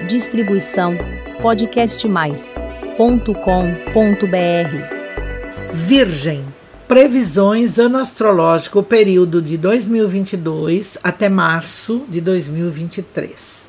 Distribuição podcastmais.com.br. Virgem. Previsões ano astrológico período de 2022 até março de 2023.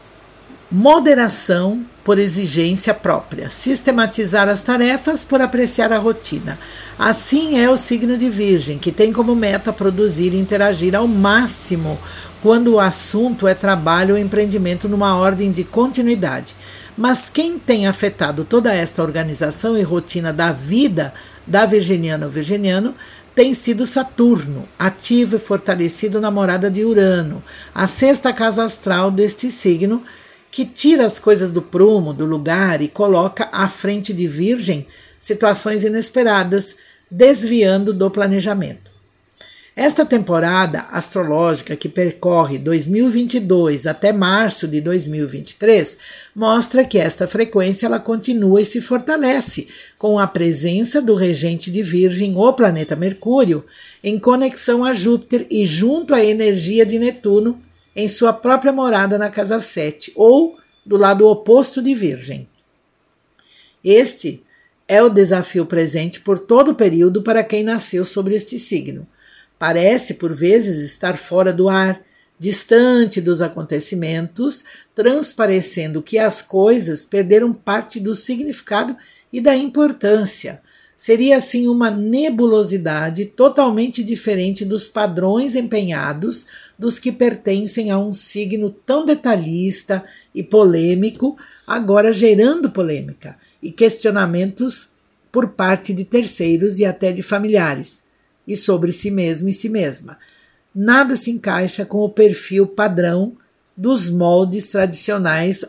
Moderação por exigência própria. Sistematizar as tarefas por apreciar a rotina. Assim é o signo de Virgem, que tem como meta produzir e interagir ao máximo quando o assunto é trabalho ou empreendimento numa ordem de continuidade. Mas quem tem afetado toda esta organização e rotina da vida da virginiana ou virginiano tem sido Saturno, ativo e fortalecido na morada de Urano, a sexta casa astral deste signo, que tira as coisas do prumo, do lugar e coloca à frente de Virgem situações inesperadas, desviando do planejamento. Esta temporada astrológica, que percorre 2022 até março de 2023, mostra que esta frequência ela continua e se fortalece com a presença do regente de Virgem, o planeta Mercúrio, em conexão a Júpiter e junto à energia de Netuno em sua própria morada na casa 7, ou do lado oposto de Virgem. Este é o desafio presente por todo o período para quem nasceu sobre este signo. Parece, por vezes, estar fora do ar, distante dos acontecimentos, transparecendo que as coisas perderam parte do significado e da importância. Seria, assim, uma nebulosidade totalmente diferente dos padrões empenhados dos que pertencem a um signo tão detalhista e polêmico, agora gerando polêmica e questionamentos por parte de terceiros e até de familiares, e sobre si mesmo e si mesma. Nada se encaixa com o perfil padrão dos moldes tradicionais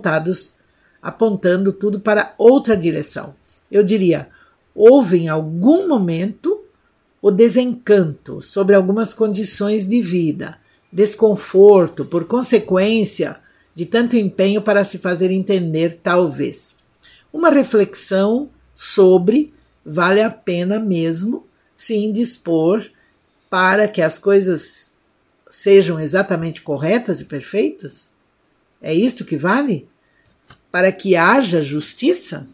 apontando tudo para outra direção. Eu diria, houve em algum momento o desencanto sobre algumas condições de vida, desconforto por consequência de tanto empenho para se fazer entender, talvez. Uma reflexão sobre vale a pena mesmo se indispor para que as coisas sejam exatamente corretas e perfeitas? É isto que vale? Para que haja justiça?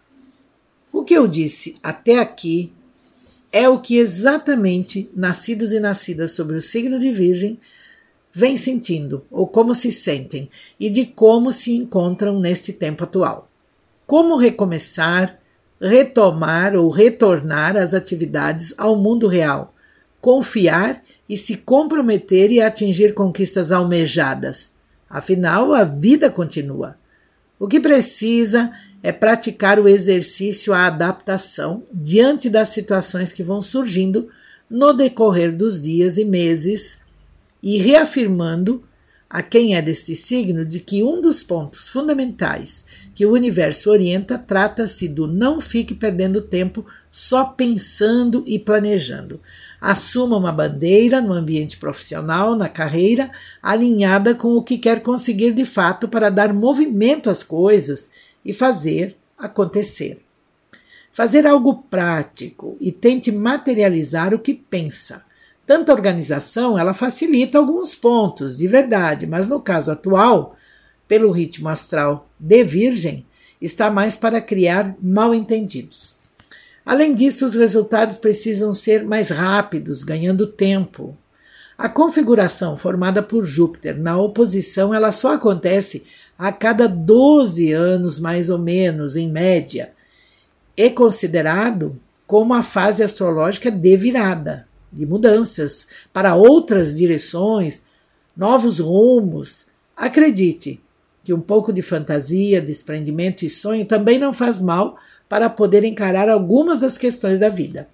O que eu disse até aqui é o que exatamente nascidos e nascidas sobre o signo de Virgem vêm sentindo, ou como se sentem, e de como se encontram neste tempo atual. Como recomeçar, retomar ou retornar às atividades ao mundo real, confiar e se comprometer e atingir conquistas almejadas. Afinal, a vida continua. O que precisa é praticar o exercício à adaptação diante das situações que vão surgindo no decorrer dos dias e meses e reafirmando a quem é deste signo de que um dos pontos fundamentais que o universo orienta trata-se do não fique perdendo tempo só pensando e planejando. Assuma uma bandeira no ambiente profissional, na carreira, alinhada com o que quer conseguir de fato para dar movimento às coisas e fazer acontecer. Fazer algo prático e tente materializar o que pensa. Tanta organização, ela facilita alguns pontos, de verdade, mas no caso atual, pelo ritmo astral de Virgem, está mais para criar mal-entendidos. Além disso, os resultados precisam ser mais rápidos, ganhando tempo. A configuração formada por Júpiter na oposição, ela só acontece a cada 12 anos, mais ou menos, em média, é considerado como a fase astrológica de virada, de mudanças para outras direções, novos rumos. Acredite que um pouco de fantasia, desprendimento e sonho também não faz mal para poder encarar algumas das questões da vida.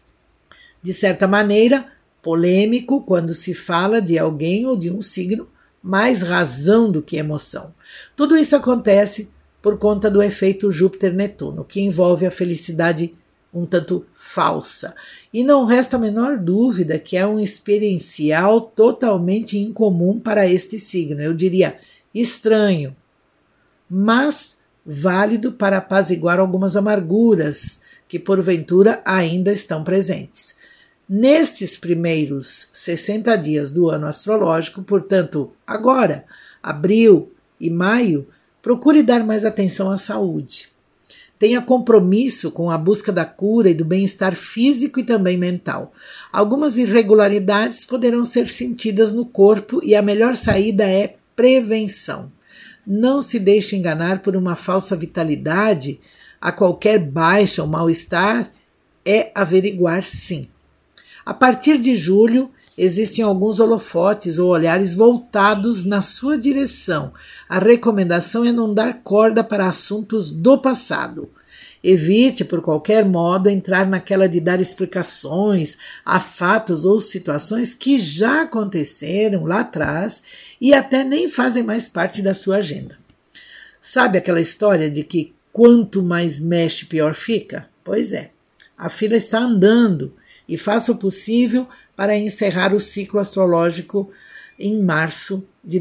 De certa maneira, polêmico quando se fala de alguém ou de um signo, mais razão do que emoção. Tudo isso acontece por conta do efeito Júpiter-Netuno, que envolve a felicidade um tanto falsa. E não resta a menor dúvida que é um experiencial totalmente incomum para este signo. Eu diria estranho, mas válido para apaziguar algumas amarguras que porventura ainda estão presentes. Nestes primeiros 60 dias do ano astrológico, portanto, agora, abril e maio, Procure dar mais atenção à saúde. Tenha compromisso com a busca da cura e do bem-estar físico e também mental. Algumas irregularidades poderão ser sentidas no corpo e a melhor saída é prevenção. Não se deixe enganar por uma falsa vitalidade. A qualquer baixa ou mal-estar é averiguar sim. A partir de julho, existem alguns holofotes ou olhares voltados na sua direção. A recomendação é não dar corda para assuntos do passado. Evite, por qualquer modo, entrar naquela de dar explicações a fatos ou situações que já aconteceram lá atrás e até nem fazem mais parte da sua agenda. Sabe aquela história de que quanto mais mexe, pior fica? Pois é, a fila está andando. E faça o possível para encerrar o ciclo astrológico em março de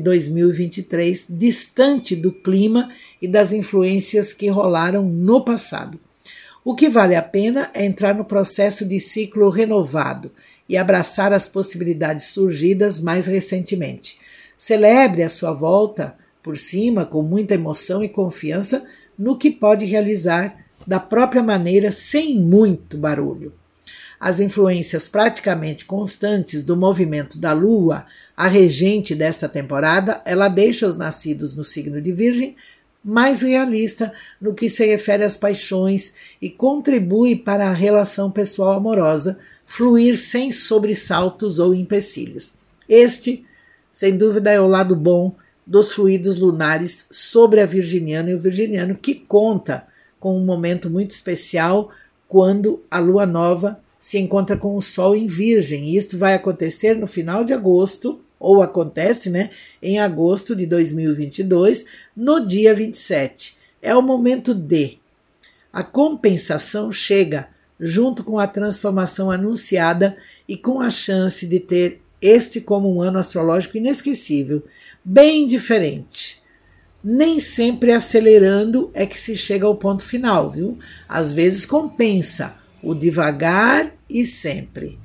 2023, distante do clima e das influências que rolaram no passado. O que vale a pena é entrar no processo de ciclo renovado e abraçar as possibilidades surgidas mais recentemente. Celebre a sua volta por cima com muita emoção e confiança no que pode realizar da própria maneira sem muito barulho. As influências praticamente constantes do movimento da Lua, a regente desta temporada, ela deixa os nascidos no signo de Virgem mais realista no que se refere às paixões e contribui para a relação pessoal amorosa fluir sem sobressaltos ou empecilhos. Este, sem dúvida, é o lado bom dos fluidos lunares sobre a virginiana e o virginiano, que conta com um momento muito especial quando a Lua Nova se encontra com o Sol em Virgem, e isto vai acontecer no final de agosto, ou acontece, em agosto de 2022, no dia 27. É o momento D. A compensação chega junto com a transformação anunciada e com a chance de ter este como um ano astrológico inesquecível, bem diferente. Nem sempre acelerando é que se chega ao ponto final, viu? Às vezes compensa o devagar e sempre.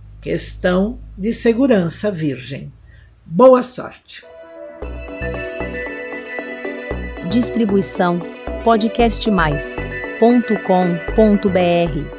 Questão de segurança, Virgem. Boa sorte. Distribuição podcastmais.com.br